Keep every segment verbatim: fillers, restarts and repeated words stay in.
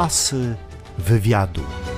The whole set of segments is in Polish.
Asy wywiadu.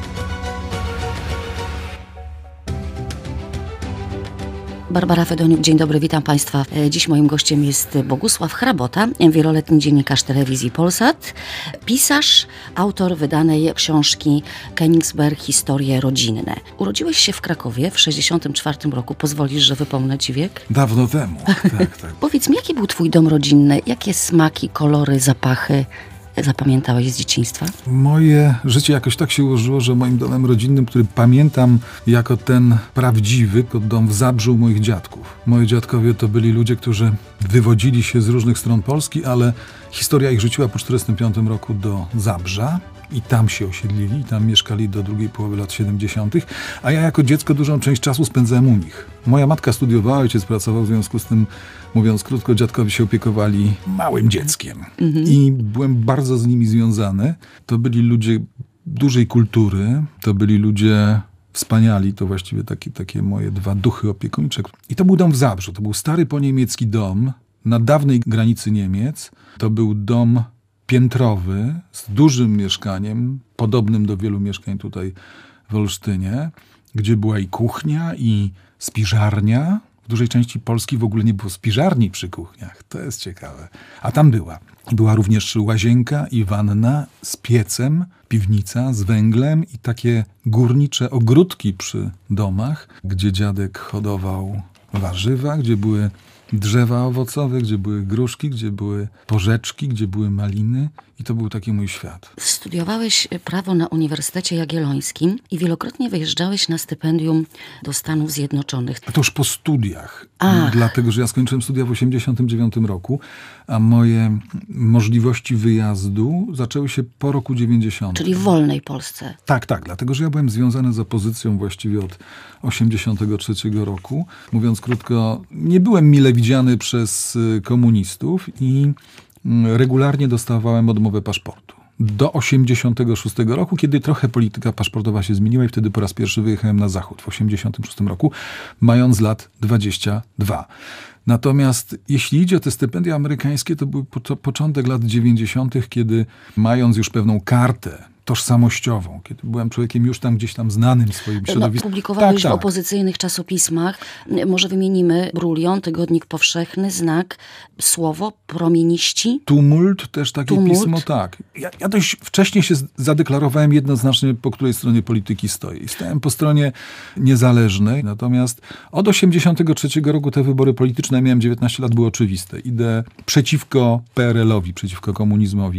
Barbara Fedoniuk, dzień dobry, witam Państwa. Dziś moim gościem jest Bogusław Hrabota, wieloletni dziennikarz telewizji Polsat, pisarz, autor wydanej książki Königsberg – Historie rodzinne. Urodziłeś się w Krakowie w sześćdziesiątym czwartym roku. Pozwolisz, że wypomnę Ci wiek? Dawno temu, tak, tak. Powiedz mi, jaki był Twój dom rodzinny? Jakie smaki, kolory, zapachy zapamiętałeś z dzieciństwa? Moje życie jakoś tak się ułożyło, że moim domem rodzinnym, który pamiętam jako ten prawdziwy, to dom w Zabrzu moich dziadków. Moi dziadkowie to byli ludzie, którzy wywodzili się z różnych stron Polski, ale historia ich rzuciła po czterdziestym piątym roku do Zabrza. I tam się osiedlili, i tam mieszkali do drugiej połowy lat siedemdziesiątych, a ja jako dziecko dużą część czasu spędzałem u nich. Moja matka studiowała, ojciec pracował, w związku z tym, mówiąc krótko, dziadkowie się opiekowali małym dzieckiem. Mhm. I byłem bardzo z nimi związany. To byli ludzie dużej kultury, to byli ludzie wspaniali, to właściwie takie, takie moje dwa duchy opiekuńcze. I to był dom w Zabrzu, to był stary poniemiecki dom na dawnej granicy Niemiec. To był dom piętrowy, z dużym mieszkaniem, podobnym do wielu mieszkań tutaj w Olsztynie, gdzie była i kuchnia, i spiżarnia. W dużej części Polski w ogóle nie było spiżarni przy kuchniach. To jest ciekawe. A tam była. Była również łazienka i wanna z piecem, piwnica z węglem i takie górnicze ogródki przy domach, gdzie dziadek hodował warzywa, gdzie były drzewa owocowe, gdzie były gruszki, gdzie były porzeczki, gdzie były maliny i to był taki mój świat. Studiowałeś prawo na Uniwersytecie Jagiellońskim i wielokrotnie wyjeżdżałeś na stypendium do Stanów Zjednoczonych. A to już po studiach, Ach. dlatego że ja skończyłem studia w osiemdziesiątym dziewiątym roku, a moje możliwości wyjazdu zaczęły się po roku dziewięćdziesiątym. Czyli w wolnej Polsce. Tak, tak, dlatego że ja byłem związany z opozycją właściwie od osiemdziesiątego trzeciego roku. Mówiąc krótko, nie byłem mile widziany przez komunistów i regularnie dostawałem odmowę paszportu. Do osiemdziesiątego szóstego roku, kiedy trochę polityka paszportowa się zmieniła i wtedy po raz pierwszy wyjechałem na zachód w osiemdziesiątym szóstym roku, mając lat dwadzieścia dwa. Natomiast jeśli idzie o te stypendia amerykańskie, to był po- początek lat dziewięćdziesiątych, kiedy mając już pewną kartę tożsamościową, kiedy byłem człowiekiem już tam gdzieś tam znanym w swoim środowisku. No, publikowałeś tak, w tak. opozycyjnych czasopismach. Może wymienimy Brulion, Tygodnik Powszechny, Znak, Słowo, Promieniści. Tumult, też takie Tumult. pismo, tak. Ja, ja dość wcześnie się zadeklarowałem jednoznacznie, po której stronie polityki stoję. I stałem po stronie niezależnej, natomiast od osiemdziesiątego trzeciego roku te wybory polityczne, miałem dziewiętnaście lat, były oczywiste. Idę przeciwko P R L-owi, przeciwko komunizmowi.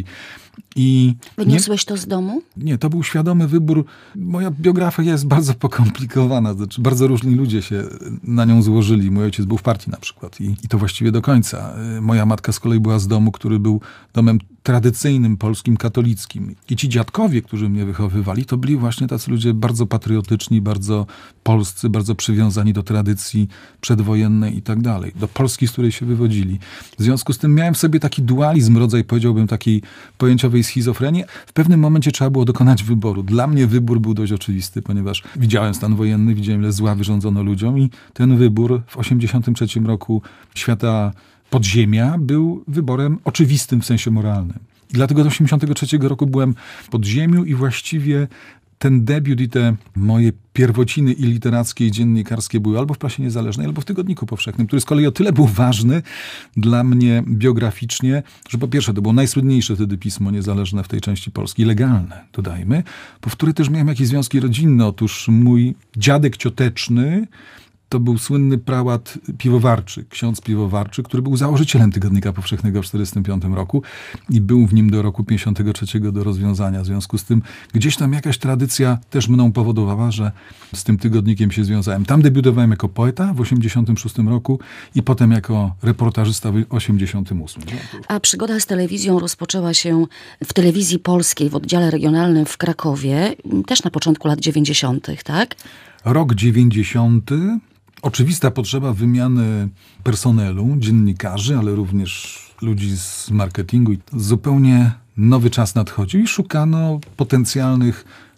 I Wyniosłeś nie, to z domu? Nie, to był świadomy wybór. Moja biografia jest bardzo pokomplikowana. Znaczy, bardzo różni ludzie się na nią złożyli. Mój ojciec był w partii na przykład i, i to właściwie do końca. Moja matka z kolei była z domu, który był domem tradycyjnym, polskim, katolickim. I ci dziadkowie, którzy mnie wychowywali, to byli właśnie tacy ludzie bardzo patriotyczni, bardzo polscy, bardzo przywiązani do tradycji przedwojennej i tak dalej. Do Polski, z której się wywodzili. W związku z tym miałem w sobie taki dualizm, rodzaj, powiedziałbym, takiej pojęciowej schizofrenii. W pewnym momencie trzeba było dokonać wyboru. Dla mnie wybór był dość oczywisty, ponieważ widziałem stan wojenny, widziałem, ile zła wyrządzono ludziom i ten wybór w osiemdziesiątym trzecim roku świata podziemia był wyborem oczywistym w sensie moralnym. I dlatego do osiemdziesiątego trzeciego roku byłem w podziemiu i właściwie ten debiut i te moje pierwociny i literackie, i dziennikarskie były albo w Prasie Niezależnej, albo w Tygodniku Powszechnym, który z kolei o tyle był ważny dla mnie biograficznie, że po pierwsze to było najsłynniejsze wtedy pismo niezależne w tej części Polski, legalne, dodajmy, po które też miałem jakieś związki rodzinne. Otóż mój dziadek cioteczny to był słynny prałat piwowarczy, ksiądz piwowarczy, który był założycielem Tygodnika Powszechnego w czterdziestym piątym roku i był w nim do roku pięćdziesiątego trzeciego do rozwiązania. W związku z tym gdzieś tam jakaś tradycja też mną powodowała, że z tym tygodnikiem się związałem. Tam debiutowałem jako poeta w osiemdziesiątym szóstym roku i potem jako reportażysta w osiemdziesiątym ósmym. A przygoda z telewizją rozpoczęła się w telewizji polskiej, w oddziale regionalnym w Krakowie, też na początku lat dziewięćdziesiątych, tak? Rok dziewięćdziesiąty. Oczywista potrzeba wymiany personelu, dziennikarzy, ale również ludzi z marketingu. Zupełnie nowy czas nadchodził i szukano potencjalnych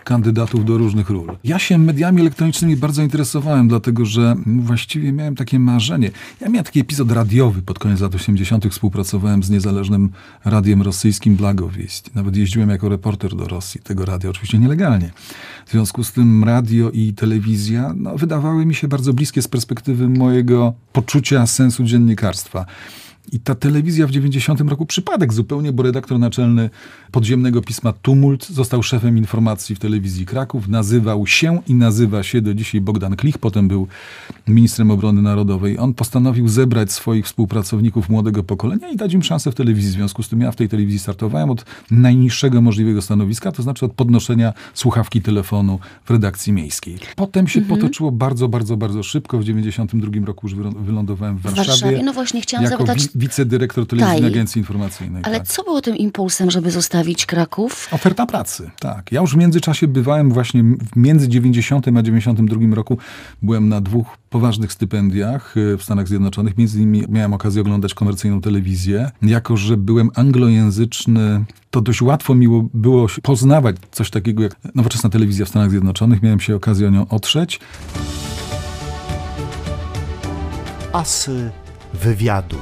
kandydatów do różnych ról. Ja się mediami elektronicznymi bardzo interesowałem, dlatego że właściwie miałem takie marzenie. Ja miałem taki epizod radiowy pod koniec lat osiemdziesiątych. Współpracowałem z niezależnym radiem rosyjskim Blagovieść. Nawet jeździłem jako reporter do Rosji tego radia, oczywiście nielegalnie. W związku z tym radio i telewizja no, wydawały mi się bardzo bliskie z perspektywy mojego poczucia sensu dziennikarstwa. I ta telewizja w dziewięćdziesiątym roku przypadek zupełnie, bo redaktor naczelny podziemnego pisma Tumult został szefem informacji w telewizji Kraków. Nazywał się i nazywa się do dzisiaj Bogdan Klich, potem był ministrem obrony narodowej. On postanowił zebrać swoich współpracowników młodego pokolenia i dać im szansę w telewizji. W związku z tym ja w tej telewizji startowałem od najniższego możliwego stanowiska, to znaczy od podnoszenia słuchawki telefonu w redakcji miejskiej. Potem się mhm. potoczyło bardzo, bardzo, bardzo szybko. W dziewięćdziesiątym drugim roku już wylądowałem w Warszawie. W Warszawie, no właśnie chciałam jako zapytać... wi- wicedyrektor Telewizyjnej Agencji Informacyjnej. Ale tak. co było tym impulsem, żeby zostawić Kraków? Oferta pracy, tak. Ja już w międzyczasie bywałem właśnie między dziewięćdziesiątym a dziewięćdziesiątym drugim roku. Byłem na dwóch poważnych stypendiach w Stanach Zjednoczonych. Między innymi miałem okazję oglądać komercyjną telewizję. Jako że byłem anglojęzyczny, to dość łatwo mi było poznawać coś takiego jak nowoczesna telewizja w Stanach Zjednoczonych. Miałem się okazję o nią otrzeć. Asy wywiadu.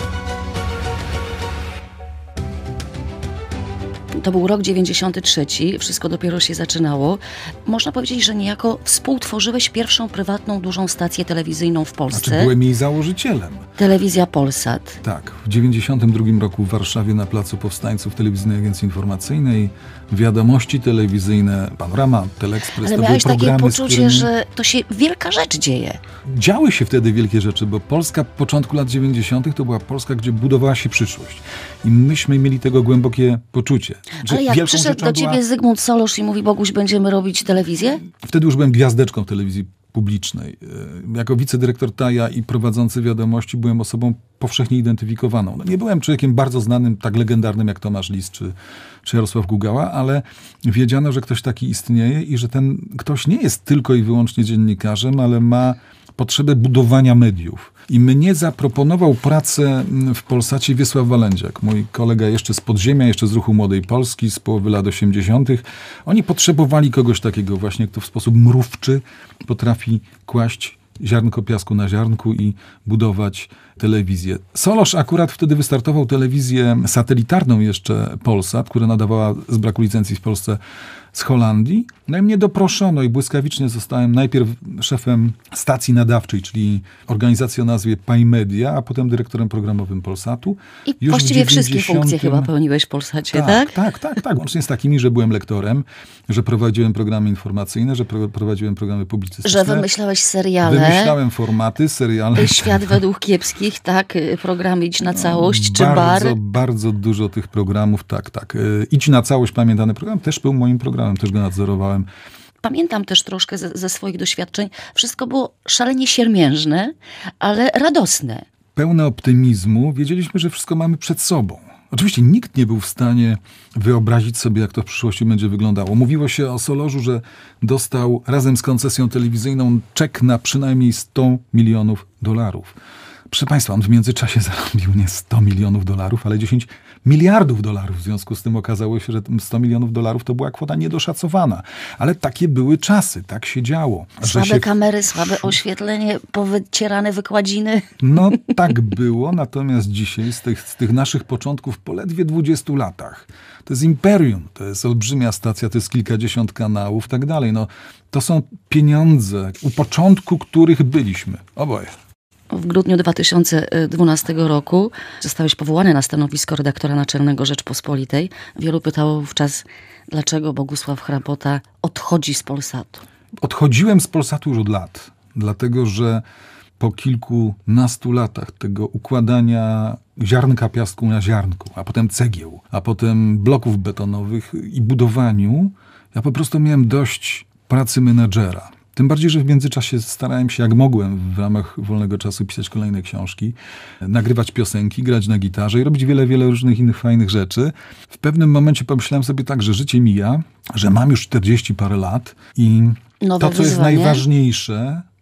To był rok dziewięćdziesiąty trzeci, wszystko dopiero się zaczynało. Można powiedzieć, że niejako współtworzyłeś pierwszą prywatną, dużą stację telewizyjną w Polsce. Znaczy byłem jej założycielem. Telewizja Polsat. Tak. W dziewięćdziesiątym drugim roku w Warszawie na Placu Powstańców Telewizyjnej Agencji Informacyjnej, wiadomości telewizyjne, Panorama, Teleekspres, Ale to miałeś były takie programy, poczucie, którymi... że to się wielka rzecz dzieje. Działy się wtedy wielkie rzeczy, bo Polska początku lat dziewięćdziesiątych to była Polska, gdzie budowała się przyszłość. I myśmy mieli tego głębokie poczucie. Ale jak przyszedł do ciebie była... Zygmunt Solorz i mówi: Boguś, będziemy robić telewizję? Wtedy już byłem gwiazdeczką telewizji publicznej. Jako wicedyrektor Taja i prowadzący wiadomości byłem osobą powszechnie identyfikowaną. No nie byłem człowiekiem bardzo znanym, tak legendarnym jak Tomasz Lis czy, czy Jarosław Gugała, ale wiedziano, że ktoś taki istnieje i że ten ktoś nie jest tylko i wyłącznie dziennikarzem, ale ma potrzebę budowania mediów. I mnie zaproponował pracę w Polsacie Wiesław Walędziak, mój kolega jeszcze z podziemia, jeszcze z ruchu Młodej Polski, z połowy lat osiemdziesiątych. Oni potrzebowali kogoś takiego właśnie, kto w sposób mrówczy potrafi kłaść ziarnko piasku na ziarnku i budować telewizję. Solorz akurat wtedy wystartował telewizję satelitarną jeszcze Polsat, która nadawała z braku licencji w Polsce z Holandii. No i mnie doproszono i błyskawicznie zostałem najpierw szefem stacji nadawczej, czyli organizacji o nazwie Pai Media, a potem dyrektorem programowym Polsatu. I Już właściwie wszystkie funkcje chyba pełniłeś w Polsacie, tak? Tak, tak, tak, tak. Łącznie z takimi, że byłem lektorem, że prowadziłem programy informacyjne, że pro, prowadziłem programy publicystyczne. Że wymyślałeś seriale. Wymyślałem formaty, seriale. Świat według kiepskich, tak? Programy Idź na całość, czy bardzo, Bar. Bardzo, bardzo dużo tych programów, tak, tak. Idź na całość, pamiętany program, też był moim programem, też go nadzorowałem. Pamiętam też troszkę ze, ze swoich doświadczeń. Wszystko było szalenie siermiężne, ale radosne. Pełne optymizmu. Wiedzieliśmy, że wszystko mamy przed sobą. Oczywiście nikt nie był w stanie wyobrazić sobie, jak to w przyszłości będzie wyglądało. Mówiło się o Solorzu, że dostał razem z koncesją telewizyjną czek na przynajmniej sto milionów dolarów. Proszę Państwa, on w międzyczasie zarobił nie sto milionów dolarów, ale dziesięć miliardów dolarów. W związku z tym okazało się, że sto milionów dolarów to była kwota niedoszacowana. Ale takie były czasy, tak się działo. Słabe się... kamery, słabe oświetlenie, powycierane wykładziny. No tak było, natomiast dzisiaj z tych, z tych naszych początków po ledwie dwudziestu latach, to jest imperium, to jest olbrzymia stacja, to jest kilkadziesiąt kanałów, tak dalej. No, to są pieniądze, u początku których byliśmy, oboje. W grudniu dwa tysiące dwunastego roku zostałeś powołany na stanowisko redaktora naczelnego Rzeczpospolitej. Wielu pytało wówczas, dlaczego Bogusław Chrabota odchodzi z Polsatu. Odchodziłem z Polsatu już od lat, dlatego że po kilkunastu latach tego układania ziarnka piasku na ziarnku, a potem cegieł, a potem bloków betonowych i budowaniu, ja po prostu miałem dość pracy menedżera. Tym bardziej, że w międzyczasie starałem się, jak mogłem, w ramach wolnego czasu pisać kolejne książki, nagrywać piosenki, grać na gitarze i robić wiele, wiele różnych innych fajnych rzeczy. W pewnym momencie pomyślałem sobie tak, że życie mija, że mam już czterdzieści parę lat i Nowe to, co wyzwanie. jest najważniejsze,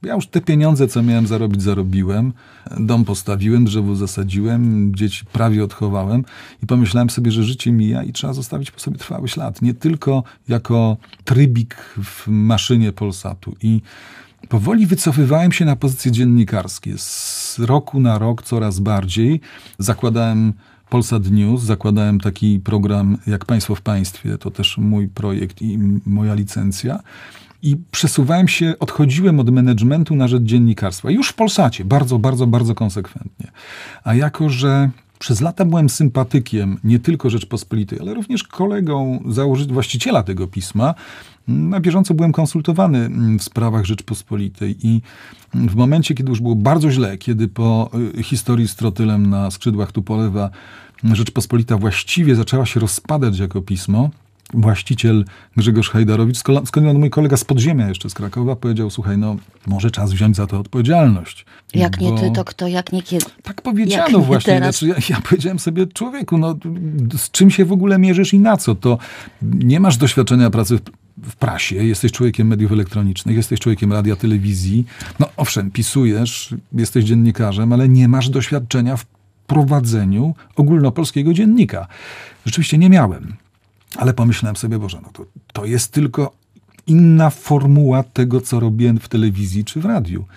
Ja już te pieniądze, co miałem zarobić, zarobiłem. Dom postawiłem, drzewo zasadziłem, dzieci prawie odchowałem i pomyślałem sobie, że życie mija i trzeba zostawić po sobie trwały ślad. Nie tylko jako trybik w maszynie Polsatu. I powoli wycofywałem się na pozycje dziennikarskie. Z roku na rok coraz bardziej. Zakładałem Polsat News, zakładałem taki program jak Państwo w Państwie. To też mój projekt i moja licencja. I przesuwałem się, odchodziłem od managementu na rzecz dziennikarstwa. Już w Polsacie, bardzo, bardzo, bardzo konsekwentnie. A jako, że przez lata byłem sympatykiem nie tylko Rzeczpospolitej, ale również kolegą założyciela, właściciela tego pisma, na bieżąco byłem konsultowany w sprawach Rzeczpospolitej i w momencie, kiedy już było bardzo źle, kiedy po historii z trotylem na skrzydłach Tupolewa Rzeczpospolita właściwie zaczęła się rozpadać jako pismo, właściciel Grzegorz Hajdarowicz, skądinąd mój kolega z podziemia jeszcze z Krakowa, powiedział: słuchaj, no może czas wziąć za to odpowiedzialność. Jak Bo... nie ty, to kto, jak nie kiedy? Tak powiedziano właśnie. Znaczy, ja, ja powiedziałem sobie: człowieku, no z czym się w ogóle mierzysz i na co? To nie masz doświadczenia pracy w, w prasie, jesteś człowiekiem mediów elektronicznych, jesteś człowiekiem radia, telewizji. No owszem, pisujesz, jesteś dziennikarzem, ale nie masz doświadczenia w prowadzeniu ogólnopolskiego dziennika. Rzeczywiście nie miałem. Ale pomyślałem sobie: Boże, no to, to jest tylko inna formuła tego, co robiłem w telewizji czy w radiu.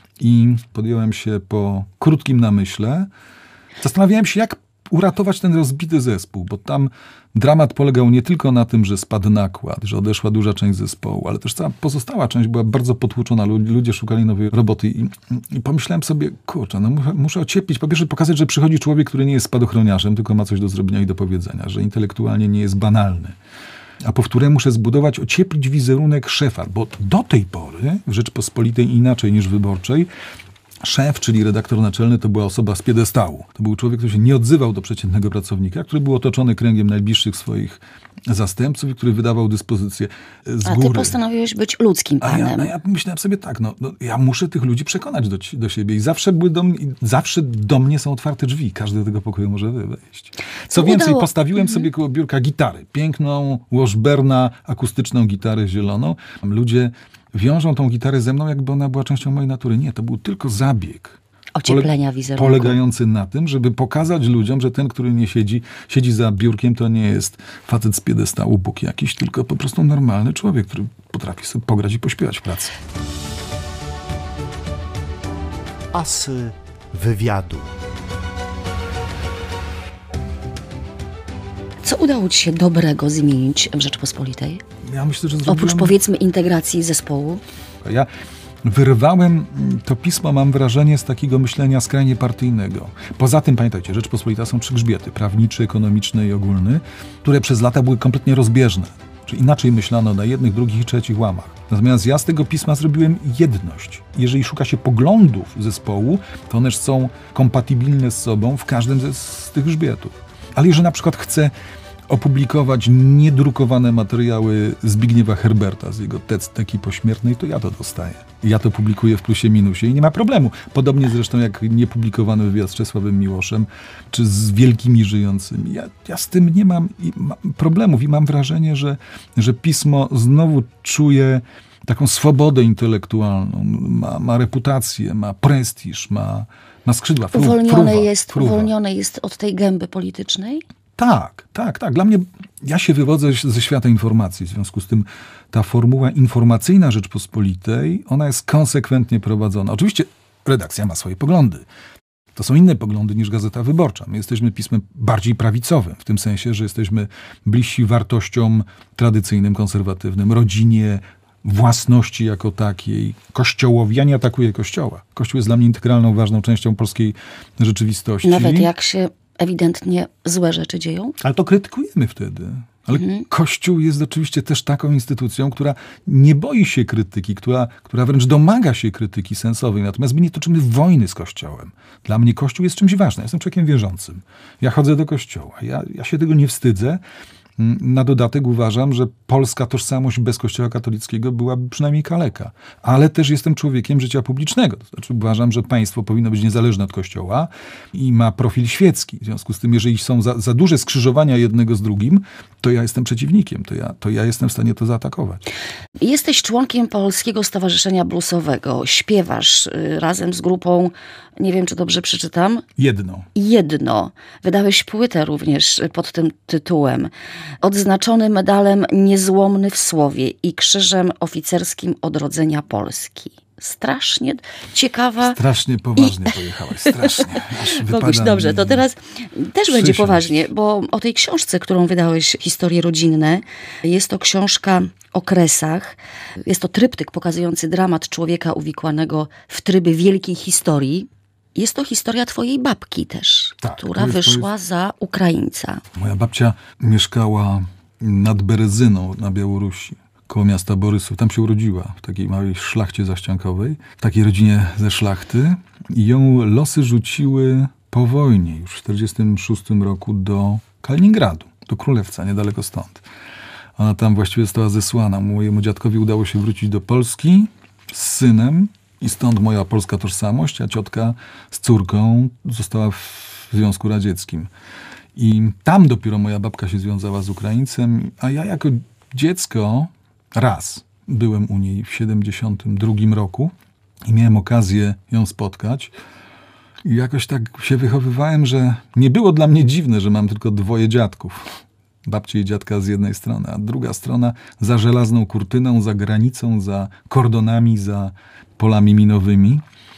I podjąłem się po krótkim namyśle. Zastanawiałem się, jak uratować ten rozbity zespół, bo tam dramat polegał nie tylko na tym, że spadł nakład, że odeszła duża część zespołu, ale też cała pozostała część była bardzo potłuczona. Ludzie szukali nowej roboty i, i pomyślałem sobie: kurczę, no muszę, muszę ocieplić. Po pierwsze pokazać, że przychodzi człowiek, który nie jest spadochroniarzem, tylko ma coś do zrobienia i do powiedzenia, że intelektualnie nie jest banalny. A po wtóre muszę zbudować, ocieplić wizerunek szefa, bo do tej pory w Rzeczpospolitej inaczej niż Wyborczej szef, czyli redaktor naczelny, to była osoba z piedestału. To był człowiek, który się nie odzywał do przeciętnego pracownika, który był otoczony kręgiem najbliższych swoich zastępców i który wydawał dyspozycje z A góry. ty postanowiłeś być ludzkim A panem. ja, a ja myślałem sobie tak, no, no ja muszę tych ludzi przekonać do, do siebie i zawsze, były do mnie, zawsze do mnie są otwarte drzwi. Każdy do tego pokoju może wejść. Co więcej, udało... postawiłem mhm. sobie koło biurka gitarę. Piękną, Washburna, akustyczną gitarę zieloną. Ludzie wiążą tą gitarę ze mną, jakby ona była częścią mojej natury. Nie, to był tylko zabieg. Ocieplenia wizerunku. Polegający na tym, żeby pokazać ludziom, że ten, który nie siedzi, siedzi za biurkiem, to nie jest facet z piedestału, Bóg jakiś, tylko po prostu normalny człowiek, który potrafi sobie pograć i pośpiewać w pracy. Asy wywiadu. Co udało ci się dobrego zmienić w Rzeczpospolitej? Ja myślę, że zrobiłem... Oprócz, powiedzmy, integracji zespołu. Ja wyrwałem to pismo, mam wrażenie, z takiego myślenia skrajnie partyjnego. Poza tym, pamiętajcie, Rzeczpospolita są trzy grzbiety: prawniczy, ekonomiczny i ogólny, które przez lata były kompletnie rozbieżne. Czyli inaczej myślano na jednych, drugich i trzecich łamach. Natomiast ja z tego pisma zrobiłem jedność. Jeżeli szuka się poglądów zespołu, to one są kompatybilne z sobą w każdym z, z tych grzbietów. Ale jeżeli na przykład chcę opublikować niedrukowane materiały Zbigniewa Herberta z jego teki pośmiertnej, to ja to dostaję. Ja to publikuję w plusie minusie i nie ma problemu. Podobnie zresztą jak niepublikowany wywiad z Czesławem Miłoszem, czy z wielkimi żyjącymi. Ja, ja z tym nie mam, i mam problemów i mam wrażenie, że, że pismo znowu czuje taką swobodę intelektualną, ma, ma reputację, ma prestiż, ma, ma skrzydła. Fru, uwolnione, fruwa, jest, fruwa. uwolnione jest od tej gęby politycznej? Tak, tak, tak. Dla mnie, ja się wywodzę ze świata informacji, w związku z tym ta formuła informacyjna Rzeczpospolitej, ona jest konsekwentnie prowadzona. Oczywiście redakcja ma swoje poglądy. To są inne poglądy niż Gazeta Wyborcza. My jesteśmy pismem bardziej prawicowym, w tym sensie, że jesteśmy bliżsi wartościom tradycyjnym, konserwatywnym, rodzinie, własności jako takiej, kościołowi. Ja nie atakuję Kościoła. Kościół jest dla mnie integralną, ważną częścią polskiej rzeczywistości. Nawet jak się ewidentnie złe rzeczy dzieją? Ale to krytykujemy wtedy. Ale mhm. Kościół jest oczywiście też taką instytucją, która nie boi się krytyki, która, która wręcz domaga się krytyki sensownej. Natomiast my nie toczymy wojny z Kościołem. Dla mnie Kościół jest czymś ważnym. Ja jestem człowiekiem wierzącym. Ja chodzę do kościoła. Ja, ja się tego nie wstydzę. Na dodatek uważam, że polska tożsamość bez Kościoła katolickiego byłaby przynajmniej kaleka. Ale też jestem człowiekiem życia publicznego. To znaczy uważam, że państwo powinno być niezależne od Kościoła i ma profil świecki. W związku z tym, jeżeli są za, za duże skrzyżowania jednego z drugim, to ja jestem przeciwnikiem. To ja, to ja jestem w stanie to zaatakować. Jesteś członkiem Polskiego Stowarzyszenia Bluesowego. Śpiewasz y, razem z grupą, nie wiem, czy dobrze przeczytam. Jedno. Jedno. Wydałeś płytę również pod tym tytułem. Odznaczony medalem Niezłomny w Słowie i Krzyżem Oficerskim Odrodzenia Polski. Strasznie ciekawa. Strasznie poważnie I... pojechałaś, strasznie. Boguś, dobrze, to teraz też Przysiąść. Będzie poważnie, bo o tej książce, którą wydałeś, Historie rodzinne, jest to książka o Kresach. Jest to tryptyk pokazujący dramat człowieka uwikłanego w tryby wielkiej historii. Jest to historia twojej babki też, tak, która jest, wyszła jest... za Ukraińca. Moja babcia mieszkała nad Berezyną na Białorusi, koło miasta Borysów. Tam się urodziła, w takiej małej szlachcie zaściankowej, w takiej rodzinie ze szlachty. I ją losy rzuciły po wojnie, już w czterdziestym szóstym roku do Kaliningradu, do Królewca, niedaleko stąd. Ona tam właściwie została zesłana. Mojemu dziadkowi udało się wrócić do Polski z synem i stąd moja polska tożsamość, a ciotka z córką została w Związku Radzieckim. I tam dopiero moja babka się związała z Ukraińcem, a ja jako dziecko raz byłem u niej w siedemdziesiątym drugim roku i miałem okazję ją spotkać. I jakoś tak się wychowywałem, że nie było dla mnie dziwne, że mam tylko dwoje dziadków. Babcię i dziadka z jednej strony, a druga strona za żelazną kurtyną, za granicą, za kordonami, za polami minowymi.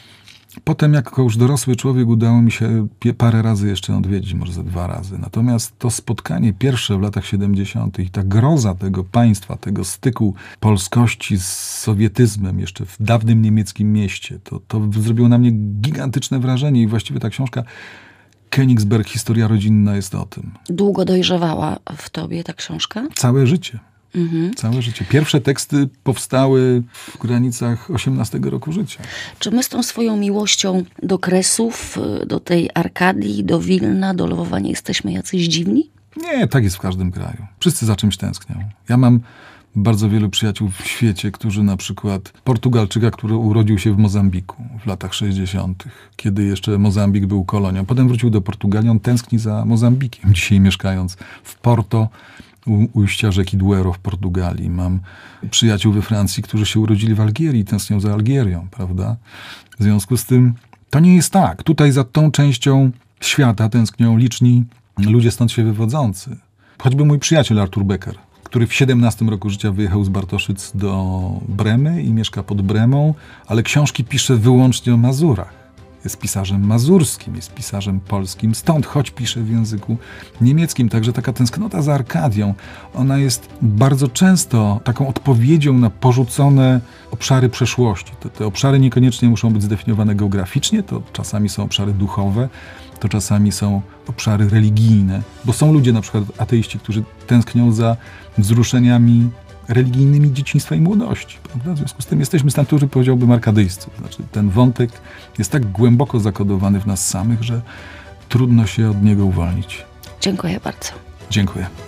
Potem jako już dorosły człowiek udało mi się parę razy jeszcze odwiedzić, może ze dwa razy. Natomiast to spotkanie pierwsze w latach siedemdziesiątych i ta groza tego państwa, tego styku polskości z sowietyzmem jeszcze w dawnym niemieckim mieście, to, to zrobiło na mnie gigantyczne wrażenie i właściwie ta książka Königsberg, historia rodzinna jest o tym. Długo dojrzewała w tobie ta książka? Całe życie. Mhm. Całe życie. Pierwsze teksty powstały w granicach osiemnastego roku życia. Czy my z tą swoją miłością do Kresów, do tej Arkadii, do Wilna, do Lwowa nie jesteśmy jacyś dziwni? Nie, tak jest w każdym kraju. Wszyscy za czymś tęsknią. Ja mam bardzo wielu przyjaciół w świecie, którzy na przykład Portugalczyka, który urodził się w Mozambiku w latach sześćdziesiątych, kiedy jeszcze Mozambik był kolonią. Potem wrócił do Portugalii, on tęskni za Mozambikiem. Dzisiaj mieszkając w Porto, u ujścia rzeki Duero w Portugalii. Mam przyjaciół we Francji, którzy się urodzili w Algierii, tęsknią za Algierią, prawda? W związku z tym to nie jest tak. Tutaj za tą częścią świata tęsknią liczni ludzie stąd się wywodzący. Choćby mój przyjaciel Artur Becker, który w siedemnastym roku życia wyjechał z Bartoszyc do Bremy i mieszka pod Bremą, ale książki pisze wyłącznie o Mazurach. Jest pisarzem mazurskim, jest pisarzem polskim, stąd choć pisze w języku niemieckim. Także taka tęsknota za Arkadią, ona jest bardzo często taką odpowiedzią na porzucone obszary przeszłości. Te, te obszary niekoniecznie muszą być zdefiniowane geograficznie, to czasami są obszary duchowe, to czasami są obszary religijne, bo są ludzie, na przykład ateiści, którzy tęsknią za wzruszeniami religijnymi dzieciństwa i młodości. Prawda? W związku z tym jesteśmy z natury, powiedziałbym, arkadyjscy. Znaczy, ten wątek jest tak głęboko zakodowany w nas samych, że trudno się od niego uwolnić. Dziękuję bardzo. Dziękuję.